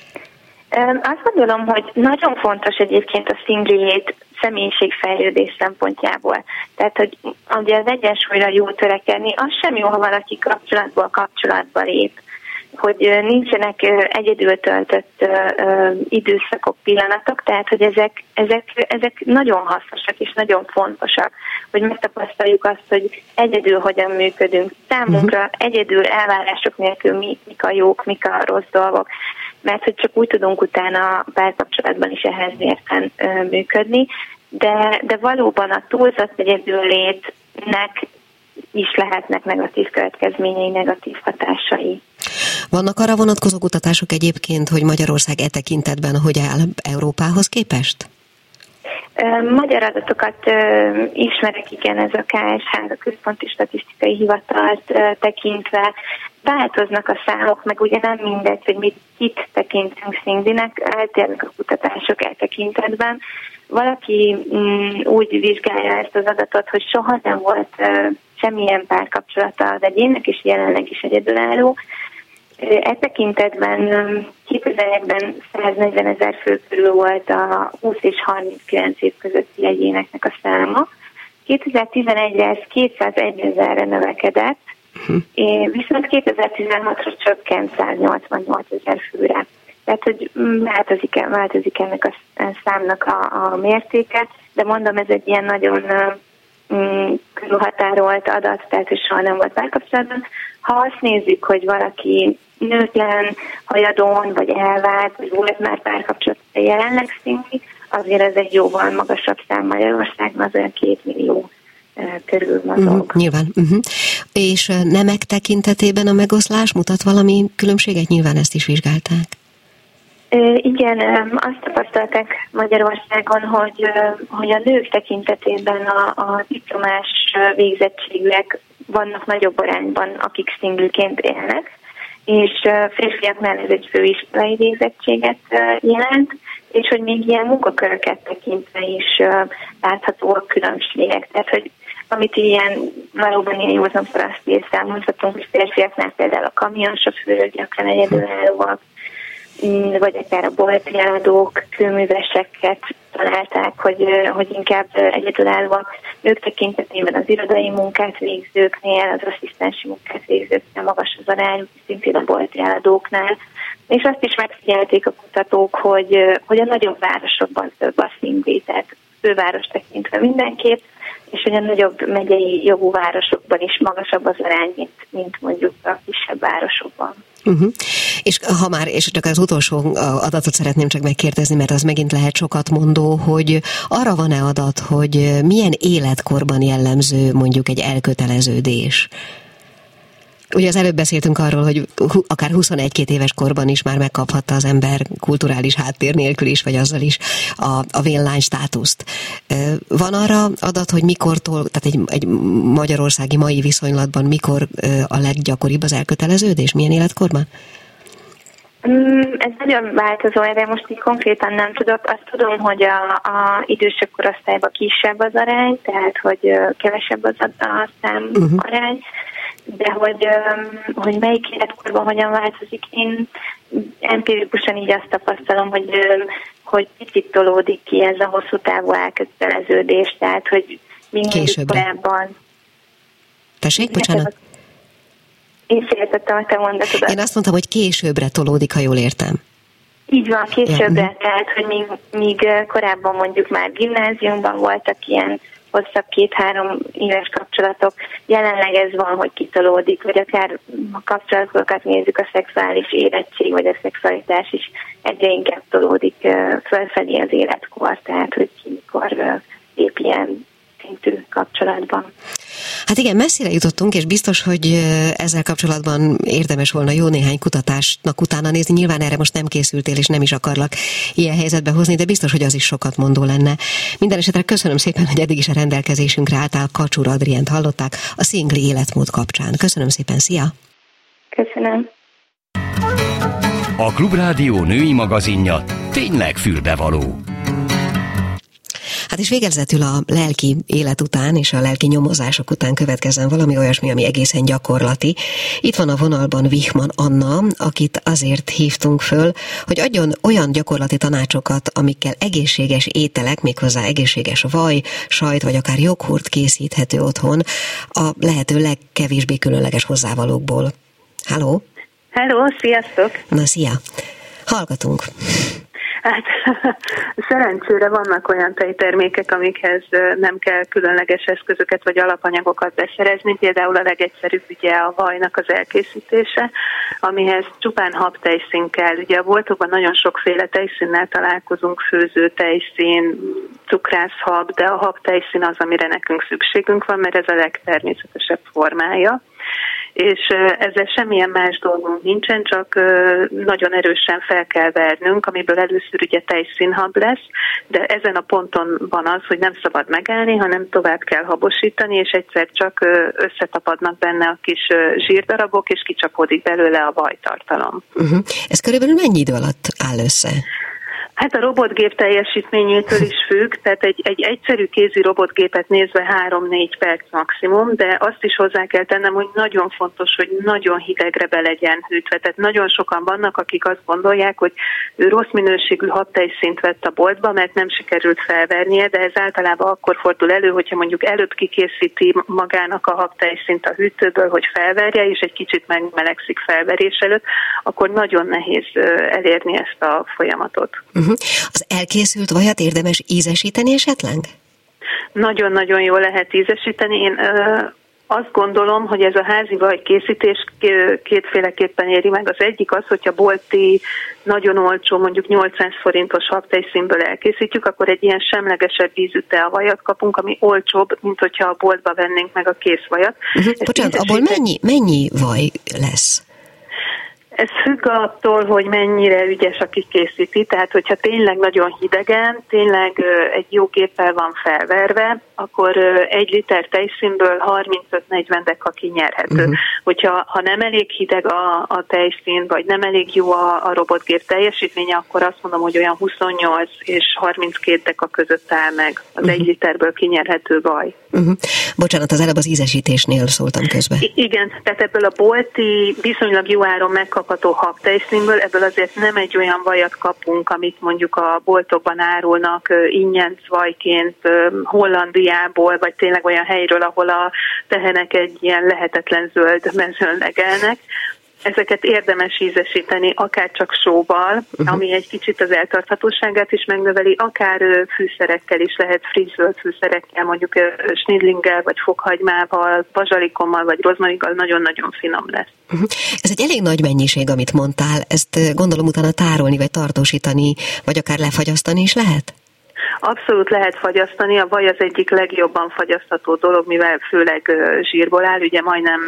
S4: Azt gondolom, hogy nagyon fontos egyébként a szingli személyiségfejlődés szempontjából. Tehát, hogy ugye az egyensúlyra jó törekedni, az sem jó, ha valaki kapcsolatba lép. Hogy nincsenek egyedül töltött időszakok, pillanatok, tehát, hogy ezek nagyon hasznosak és nagyon fontosak, hogy megtapasztaljuk azt, hogy egyedül hogyan működünk. Számunkra egyedül elvárások nélkül mik a jók, mik a rossz dolgok, mert hogy csak úgy tudunk utána párkapcsolatban is ehhez mérten működni, de valóban a túlzott egyedüllétnek is lehetnek negatív következményei, negatív hatásai.
S2: Vannak arra vonatkozó kutatások egyébként, hogy Magyarország e tekintetben hogy áll Európához képest?
S4: Magyar adatokat ismerek, igen, ez a KSH, a Központi Statisztikai Hivatalt tekintve. Változnak a számok, meg ugye nem mindegy, hogy kit tekintünk szinglinek, eltérnek a kutatások e tekintetben. Valaki úgy vizsgálja ezt az adatot, hogy soha nem volt semmilyen párkapcsolata az egyénnek, és jelenleg is egyedülálló. E tekintetben 2001-ben 140 000 fő körül volt a 20 és 39 év közötti egyéneknek a száma. 2011-re ez 201 000-re növekedett, viszont 2016-ra csökkent 188 000 főre. Tehát, hogy változik ennek a számnak a mértéke, de mondom, ez egy ilyen nagyon körülhatárolt adat, tehát, hogy soha nem volt párkapcsolatban. Ha azt nézzük, hogy valaki nőtlen, hajadon, vagy elvált, vagy volt már párkapcsolat, jelenleg szintén, azért ez egy jóval magasabb szám Magyarországon, az olyan 2 millió körül mozog.
S2: Nyilván. És nemek tekintetében a megoszlás mutat valami különbséget? Nyilván ezt is vizsgálták.
S4: Igen, azt tapasztalták Magyarországon, hogy a nők tekintetében a diplomás végzettségűek vannak nagyobb arányban, akik szinglként élnek, és férfiaknál ez egy főiskolai végzettséget jelent, és hogy még ilyen munkaköröket tekintve is láthatóak különbségek. Tehát, hogy amit ilyen valóban ilyen józan paraszti észre mondhatunk, hogy férfiaknál például a kamionsofőrök gyakran egyedülállóak, vagy akár a bolti eladók, kőműveseket találták, hogy inkább egyedülállóak. Nők tekintetében az irodai munkát végzőknél, az asszisztensi munkát végzőknél magas az arány, szintén a bolti eladóknál. És azt is megfigyelték a kutatók, hogy a nagyobb városokban több a szingli, tehát főváros tekintve mindenképp, és hogy a nagyobb megyei jogú városokban is magasabb az arány, mint mondjuk a kisebb városokban.
S2: És ha már, és csak az utolsó adatot szeretném csak megkérdezni, mert az megint lehet sokat mondó, hogy arra van-e adat, hogy milyen életkorban jellemző mondjuk egy elköteleződés? Ugye az előbb beszéltünk arról, hogy akár 21-22 éves korban is már megkaphatta az ember kulturális háttér nélkül is, vagy azzal is a vénlány státuszt. Van arra adat, hogy mikortól, tehát egy magyarországi mai viszonylatban mikor a leggyakoribb az elköteleződés? Milyen életkorban?
S4: Ez nagyon változó, erre most így konkrétan nem tudok. Azt tudom, hogy a idősebb korosztályban kisebb az arány, tehát hogy kevesebb az a szám arány, de hogy melyik életkorban hogyan változik, én empirikusan így azt tapasztalom, hogy picit tolódik ki ez a hosszú távú elköteleződés, tehát hogy még korábban.
S2: Tessék, bocsánat?
S4: Én féltettem a te mondatodat.
S2: Én azt mondtam, hogy későbbre tolódik, ha jól értem.
S4: Így van, későbbre, tehát, hogy míg korábban mondjuk már gimnáziumban voltak ilyen hosszabb 2-3 éves kapcsolatok, jelenleg ez van, hogy kitolódik, vagy akár a kapcsolatokat nézzük, a szexuális érettség, vagy a szexualitás is egyre inkább tolódik felfelé az életkor, tehát, hogy mikor épp ilyen szintű kapcsolatban.
S2: Hát igen, messzire jutottunk, és biztos, hogy ezzel kapcsolatban érdemes volna jó néhány kutatásnak utána nézni. Nyilván erre most nem készültél, és nem is akarlak ilyen helyzetbe hozni, de biztos, hogy az is sokat mondó lenne. Minden esetre köszönöm szépen, hogy eddig is a rendelkezésünkre álltál. Kacsur Adriánt hallották a szingli életmód kapcsán. Köszönöm szépen, szia!
S4: Köszönöm!
S1: A Klubrádió női magazinja tényleg fülbevaló.
S2: Hát és végezetül a lelki élet után és a lelki nyomozások után következzen valami olyasmi, ami egészen gyakorlati. Itt van a vonalban Wichmann Anna, akit azért hívtunk föl, hogy adjon olyan gyakorlati tanácsokat, amikkel egészséges ételek, méghozzá egészséges vaj, sajt vagy akár joghurt készíthető otthon a lehető legkevésbé különleges hozzávalókból. Halló?
S5: Halló, sziasztok!
S2: Na, szia! Hallgatunk!
S5: Hát szerencsére vannak olyan tejtermékek, amikhez nem kell különleges eszközöket vagy alapanyagokat beszerezni, például a legegyszerűbb ugye a vajnak az elkészítése, amihez csupán habtejszín kell. Ugye a boltokban nagyon sokféle tejszínnel találkozunk, főző tejszín, cukrászhab, de a habtejszín az, amire nekünk szükségünk van, mert ez a legtermészetesebb formája. És ezzel semmilyen más dolgunk nincsen, csak nagyon erősen fel kell vernünk, amiből először ugye tejszínhab lesz, de ezen a ponton van az, hogy nem szabad megállni, hanem tovább kell habosítani, és egyszer csak összetapadnak benne a kis zsírdarabok, és kicsapódik belőle a vajtartalom.
S2: Ez körülbelül mennyi idő alatt áll össze?
S5: Hát a robotgép teljesítményétől is függ, tehát egy egyszerű kézi robotgépet nézve 3-4 perc maximum, de azt is hozzá kell tennem, hogy nagyon fontos, hogy nagyon hidegre be legyen hűtve. Tehát nagyon sokan vannak, akik azt gondolják, hogy ő rossz minőségű habtejszínt vett a boltba, mert nem sikerült felvernie, de ez általában akkor fordul elő, hogyha mondjuk előbb kikészíti magának a habtejszínt a hűtőből, hogy felverje, és egy kicsit megmelegszik felverés előtt, akkor nagyon nehéz elérni ezt a folyamatot.
S2: Az elkészült vajat érdemes ízesíteni esetleg?
S5: Nagyon-nagyon jól lehet ízesíteni. Én azt gondolom, hogy ez a házi vajkészítés kétféleképpen éri meg. Az egyik az, hogyha bolti, nagyon olcsó, mondjuk 800 forintos habtejszínből elkészítjük, akkor egy ilyen semlegesebb ízű teavajat kapunk, ami olcsóbb, mint hogyha a boltba vennénk meg a kész vajat.
S2: Bocsánat, abból mennyi vaj lesz?
S5: Ez függ attól, hogy mennyire ügyes, aki készíti, tehát hogyha tényleg nagyon hidegen, tényleg egy jó géppel van felverve, akkor 1 liter tejszínből 35-40 deka kinyerhető. Ha nem elég hideg a tejszín, vagy nem elég jó a robotgép teljesítménye, akkor azt mondom, hogy olyan 28 és 32 deka között áll meg az 1 literből kinyerhető vaj.
S2: Bocsánat, az előbb az ízesítésnél szóltam közben.
S5: Igen, tehát ebből a bolti viszonylag jó áron megkapható habtejszínből, ebből azért nem egy olyan vajat kapunk, amit mondjuk a boltokban árulnak ingyenc vajként Hollandiából, vagy tényleg olyan helyről, ahol a tehenek egy ilyen lehetetlen zöld mezőn legelnek. Ezeket érdemes ízesíteni, akár csak sóval, ami egy kicsit az eltarthatóságát is megnöveli, akár fűszerekkel is lehet, friss zöld fűszerekkel, mondjuk snidlinggel, vagy fokhagymával, bazsalikommal, vagy rozmariggal nagyon-nagyon finom lesz.
S2: Ez egy elég nagy mennyiség, amit mondtál. Ezt gondolom utána tárolni, vagy tartósítani, vagy akár lefagyasztani is lehet?
S5: Abszolút lehet fagyasztani, a vaj az egyik legjobban fagyasztható dolog, mivel főleg zsírból áll, ugye majdnem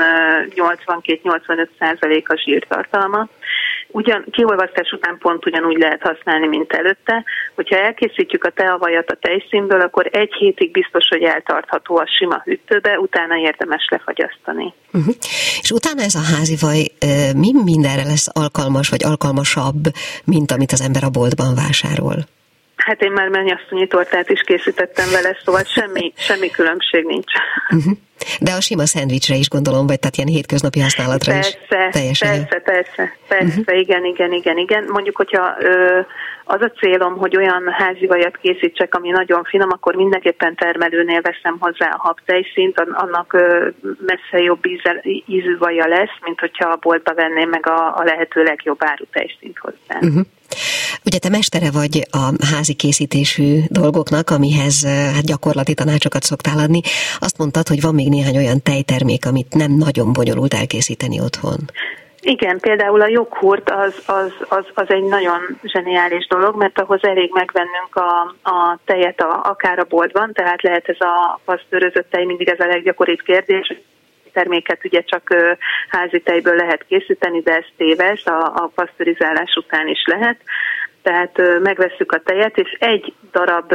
S5: 82-85% a zsírtartalma. Kiolvasztás után pont ugyanúgy lehet használni, mint előtte. Hogyha elkészítjük a teavajat a tejszínből, akkor 1 hétig biztos, hogy eltartható a sima hűtőbe, utána érdemes lefagyasztani.
S2: És utána ez a házi vaj mi mindenre lesz alkalmas, vagy alkalmasabb, mint amit az ember a boltban vásárol?
S5: Hát én már mennyasszonyi tortát is készítettem vele, szóval semmi különbség nincs.
S2: De a sima szendvicsre is gondolom, vagy tehát ilyen hétköznapi használatra is teljesen.
S5: Persze, igen. Mondjuk, hogyha az a célom, hogy olyan házi vajat készítsek, ami nagyon finom, akkor mindenképpen termelőnél veszem hozzá a habtejszínt, annak messze jobb ízű vaja lesz, mint hogyha a boltba venném meg a lehető legjobb áru tejszínt hozzá.
S2: Ugye te mestere vagy a házi készítésű dolgoknak, amihez hát gyakorlati tanácsokat szoktál adni. Azt mondtad, hogy van még néhány olyan tejtermék, amit nem nagyon bonyolult elkészíteni otthon. Igen,
S5: például a joghurt az egy nagyon zseniális dolog, mert ahhoz elég megvennünk a tejet akár a boltban, tehát lehet ez a pasztőrözött tej, mindig ez a leggyakoribb kérdés, terméket ugye csak házi tejből lehet készíteni, de ez téves, a pasztörizálás után is lehet. Tehát megvesszük a tejet, és 1 darab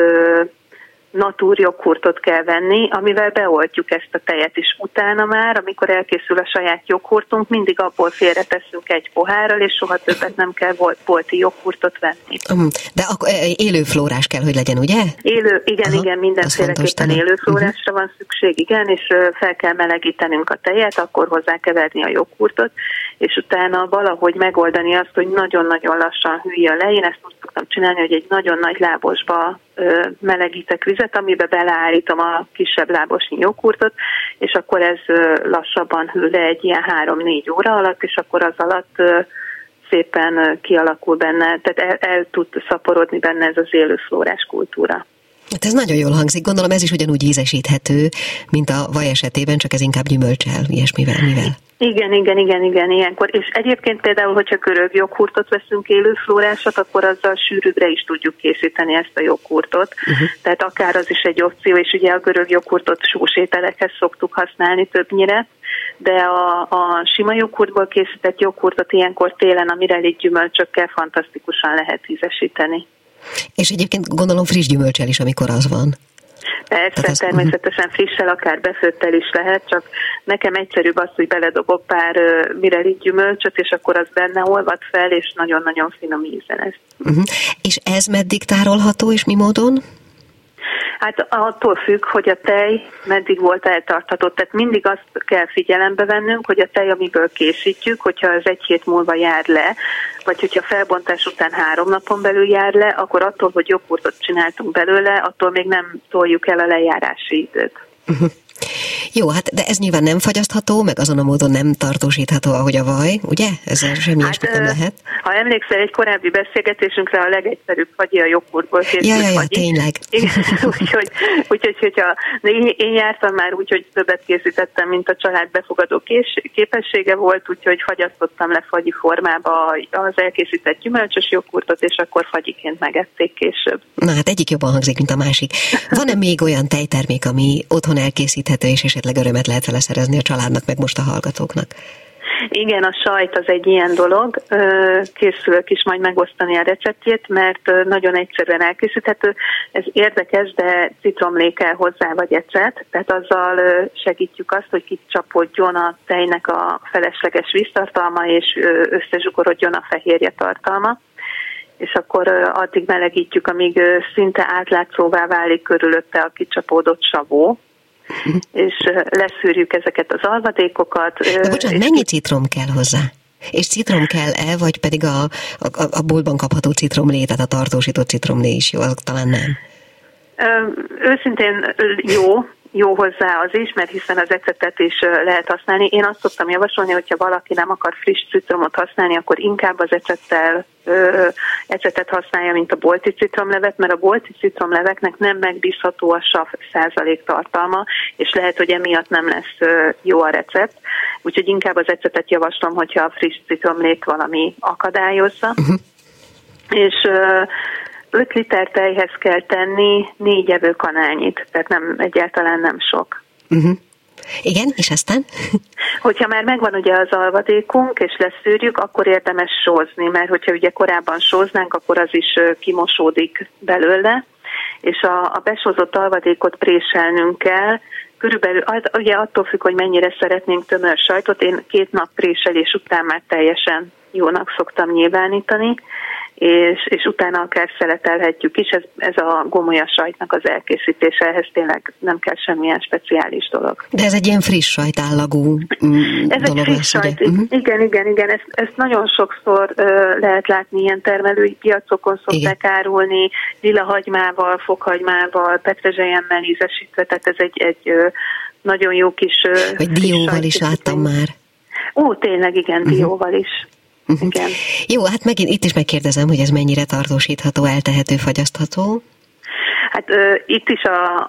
S5: natúr joghurtot kell venni, amivel beoltjuk ezt a tejet, és utána már, amikor elkészül a saját joghurtunk, mindig abból félreteszünk 1 pohárral, és soha többet nem kell bolti joghurtot venni.
S2: De akkor élő flórás kell, hogy legyen, ugye?
S5: Igen, mindenféleképpen élő flórásra van szükség, igen, és fel kell melegítenünk a tejet, akkor hozzá keverni a joghurtot, és utána valahogy megoldani azt, hogy nagyon-nagyon lassan hűljön le. Én ezt úgy szoktam csinálni, hogy egy nagyon nagy lábosba melegítek vizet, amiben beleállítom a kisebb lábosnyi joghurtot, és akkor ez lassabban hűl le egy ilyen 3-4 óra alatt, és akkor az alatt szépen kialakul benne, tehát el tud szaporodni benne ez az élő flórás kultúra.
S2: Hát ez nagyon jól hangzik. Gondolom ez is ugyanúgy ízesíthető, mint a vaj esetében, csak ez inkább gyümölcsel, mivel.
S5: Igen, ilyenkor. És egyébként például, hogyha görög joghurtot veszünk élő flórásat, akkor azzal sűrűbbre is tudjuk készíteni ezt a joghurtot. Tehát akár az is egy opció, és ugye a görög joghurtot sós ételekhez szoktuk használni többnyire, de a sima joghurtból készített joghurtot ilyenkor télen a mirelit gyümölcsökkel fantasztikusan lehet ízesíteni.
S2: És egyébként gondolom friss gyümölcsel is, amikor az van.
S5: Persze, természetesen frissel, akár befőttel is lehet, csak nekem egyszerűbb az, hogy beledobok pár mirelit gyümölcsöt, és akkor az benne olvad fel, és nagyon-nagyon finom íze lesz.
S2: És ez meddig tárolható, és mi módon?
S5: Hát attól függ, hogy a tej meddig volt eltartható. Tehát mindig azt kell figyelembe vennünk, hogy a tej, amiből készítjük, hogyha az 1 hét múlva jár le, vagy hogyha felbontás után 3 napon belül jár le, akkor attól, hogy joghurtot csináltunk belőle, attól még nem toljuk el a lejárási időt.
S2: Jó, hát de ez nyilván nem fagyasztható, meg azon a módon nem tartósítható, ahogy a vaj, ugye? Ezzel semmi ilyesmit nem lehet.
S5: Ha emlékszel egy korábbi beszélgetésünkre, a legegyszerűbb fagyi a joghurtból készült fagyi.
S2: Ja, tényleg.
S5: Úgyhogy, hogyha én jártam már úgy, hogy többet készítettem, mint a család befogadó képessége volt, úgyhogy fagyasztottam le fagyi formába az elkészített gyümölcsös joghurtot, és akkor fagyiként megették később.
S2: Na hát egyik jobban hangzik, mint a másik. Van-e még olyan tejtermék, ami otthon elkészíthető, és esetleg örömet lehet vele szerezni a családnak, meg most a hallgatóknak?
S5: Igen, a sajt az egy ilyen dolog. Készülök is majd megosztani a receptjét, mert nagyon egyszerűen elkészíthető. Ez érdekes, de citromlé kell hozzá, vagy ecet, tehát azzal segítjük azt, hogy kicsapódjon a tejnek a felesleges víztartalma, és összezsugorodjon a fehérje tartalma. És akkor addig melegítjük, amíg szinte átlátszóvá válik körülötte a kicsapódott savó, és leszűrjük ezeket az alvadékokat.
S2: De bocsánat, mennyi citrom kell hozzá? És citrom kell-e, vagy pedig a boltban kapható citromlé, tehát a tartósított citromlé is jó, azok talán nem?
S5: Őszintén jó hozzá az is, mert hiszen az ecetet is lehet használni. Én azt szoktam javasolni, hogyha valaki nem akar friss citromot használni, akkor inkább az ecetet használja, mint a bolti citromlevet, mert a bolti citromleveknek nem megbízható a sav százalék tartalma, és lehet, hogy emiatt nem lesz jó a recept. Úgyhogy inkább az ecetet javaslom, hogyha a friss citromlét valami akadályozza. És 5 liter tejhez kell tenni 4 evőkanálnyit, tehát egyáltalán nem sok.
S2: Igen, és aztán?
S5: Hogyha már megvan ugye az alvadékunk, és leszűrjük, akkor érdemes sózni, mert hogyha ugye korábban sóznánk, akkor az is kimosódik belőle, és a besózott alvadékot préselnünk kell. Körülbelül, ugye attól függ, hogy mennyire szeretnénk tömör sajtot, én 2 nap préselés után már teljesen jónak szoktam nyilvánítani, és utána akár szeletelhetjük is, ez a gomolya sajtnak az elkészítése, ehhez tényleg nem kell semmilyen speciális dolog.
S2: De ez egy ilyen friss sajtállagú
S5: ez
S2: dolog
S5: egy friss sajt, igen, ezt nagyon sokszor lehet látni ilyen termelői piacokon szokták árulni, lila hagymával, fokhagymával, petrezselyemmel ízesítve, tehát ez egy nagyon jó kis...
S2: Vagy dióval is láttam már.
S5: Tényleg igen, dióval is. Igen.
S2: Jó, hát megint itt is megkérdezem, hogy ez mennyire tartósítható, eltehető, fagyasztható?
S5: Hát itt is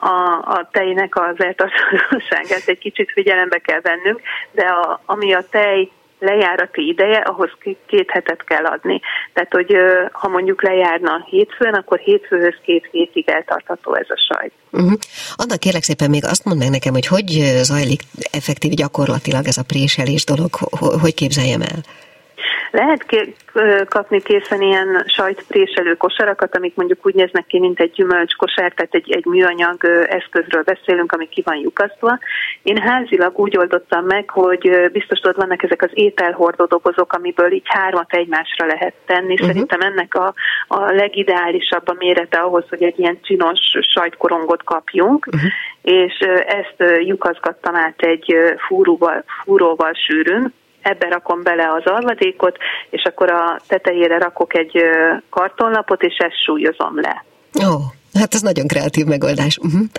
S5: a tejnek az eltartóságát egy kicsit figyelembe kell vennünk, de ami a tej lejárati ideje, ahhoz 2 hetet kell adni. Tehát, hogy ha mondjuk lejárna hétfőn, akkor hétfőhöz 2 hétig eltartható ez a sajt.
S2: Annak kérlek szépen még azt mondd meg nekem, hogy zajlik effektív gyakorlatilag ez a préselés dolog, hogy képzeljem el?
S5: Lehet kapni készen ilyen sajtpréselő kosarakat, amik mondjuk úgy néznek ki, mint egy gyümölcskosár, tehát egy műanyag eszközről beszélünk, ami ki van lyukasztva. Én házilag úgy oldottam meg, hogy biztos tudod, vannak ezek az ételhordó dobozok, amiből így 3 egymásra lehet tenni. Szerintem ennek a legideálisabb a mérete ahhoz, hogy egy ilyen csinos sajtkorongot kapjunk, és ezt lyukaszgattam át egy fúróval sűrűn. Ebbe rakom bele az alvadékot, és akkor a tetejére rakok egy kartonlapot, és ezt súlyozom le.
S2: Hát ez nagyon kreatív megoldás.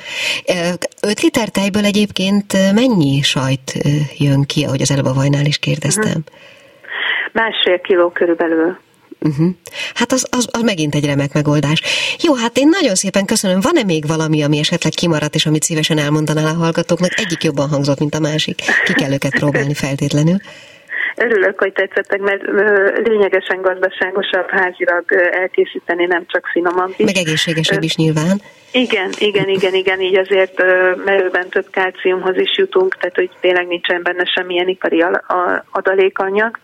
S2: 5 liter tejből egyébként mennyi sajt jön ki, ahogy az előbb a vajnál is kérdeztem? 1,5
S5: kiló körülbelül.
S2: Hát az megint egy remek megoldás. Jó, hát én nagyon szépen köszönöm. Van-e még valami, ami esetleg kimaradt, és amit szívesen elmondanál a hallgatóknak? Egyik jobban hangzott, mint a másik. Ki kell őket próbálni feltétlenül.
S5: Örülök, hogy tetszettek, mert lényegesen gazdaságosabb házilag elkészíteni, nem csak finomabb is.
S2: Meg egészségesebb is nyilván.
S5: Igen, így azért merőben több kalciumhoz is jutunk, tehát hogy tényleg nincsen benne semmilyen ipari adalékanyag.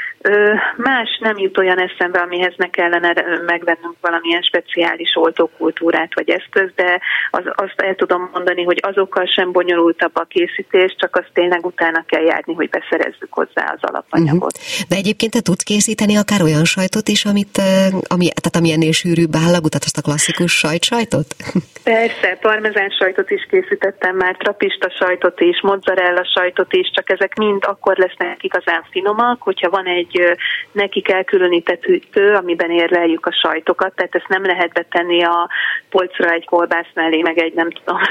S5: Más nem jut olyan eszembe, amihez ne kellene megvennünk valamilyen speciális oltókultúrát vagy eszköz, de azt el tudom mondani, hogy azokkal sem bonyolultabb a készítés, csak azt tényleg utána kell járni, hogy beszerezzük hozzá az alapanyagot.
S2: De egyébként te tudsz készíteni akár olyan sajtot is, ami ennél sűrűbb állagú, tehát azt a klasszikus sajtot?
S5: Persze, parmezán sajtot is készítettem már, trapista sajtot is, mozzarella sajtot is, csak ezek mind akkor lesznek igazán finomak, hogyha van egy nekik elkülönített hűtő, amiben érleljük a sajtokat, tehát ezt nem lehet betenni a polcra egy kolbász mellé, meg egy nem tudom,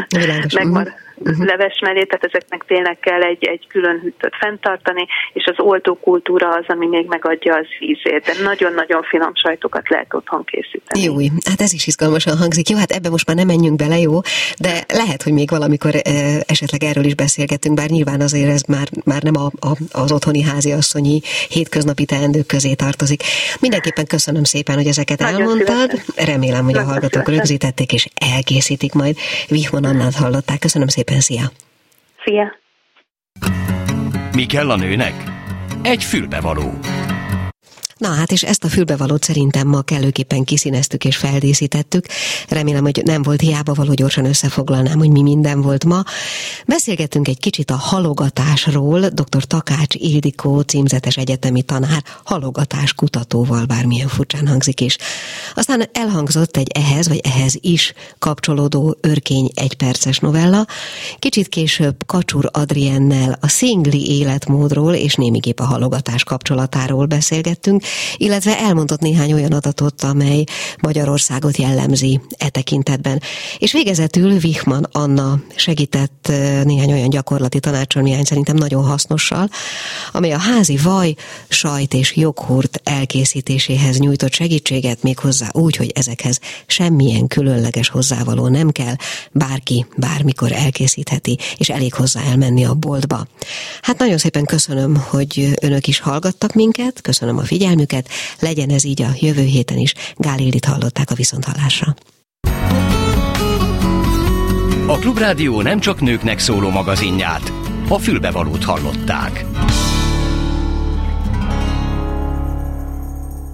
S5: leves mellé, tehát ezeknek tényleg kell egy külön hűtőt fenntartani, és az oltókultúra az, ami még megadja az ízét, de nagyon-nagyon finom sajtokat lehet otthon készíteni.
S2: Jó, hát ez is izgalmasan hangzik. Jó, hát ebbe most már nem menjünk bele, jó, de lehet, hogy még valamikor esetleg erről is beszélgetünk, bár nyilván azért ez már nem az otthoni háziasszonyi hétköznapi teendők közé tartozik. Mindenképpen köszönöm szépen, hogy ezeket elmondtad. Remélem, hogy a hallgatók rögzítették és elkészítik majd. Wichmann Annát hallották. Köszönöm szépen, szia!
S5: Szia!
S1: Mi kell a nőnek? Egy fülbevaló.
S2: Na hát, és ezt a fülbevalót szerintem ma kellőképpen kiszíneztük és feldíszítettük. Remélem, hogy nem volt hiába való, gyorsan összefoglalnám, hogy mi minden volt ma. Beszélgettünk egy kicsit a halogatásról, dr. Takács Ildikó címzetes egyetemi tanár halogatás kutatóval, bármilyen furcsán hangzik is. Aztán elhangzott egy ehhez is kapcsolódó örkény egyperces novella. Kicsit később Kacsur Adriennel a szingli életmódról és némiképp a halogatás kapcsolatáról beszélgettünk, illetve elmondott néhány olyan adatot, amely Magyarországot jellemzi e tekintetben. És végezetül Wichmann Anna segített néhány olyan gyakorlati tanácssal, néhány szerintem nagyon hasznossal, amely a házi vaj, sajt és joghurt elkészítéséhez nyújtott segítséget, méghozzá úgy, hogy ezekhez semmilyen különleges hozzávaló nem kell, bárki bármikor elkészítheti, és elég hozzá elmenni a boltba. Hát nagyon szépen köszönöm, hogy önök is hallgattak minket, köszönöm a figyelmet, figyelmüket, legyen ez így a jövő héten is. Gál Ildit hallották a Viszonthallásra.
S1: A Klubrádió nem csak nőknek szóló magazinját, a Fülbevalót hallották.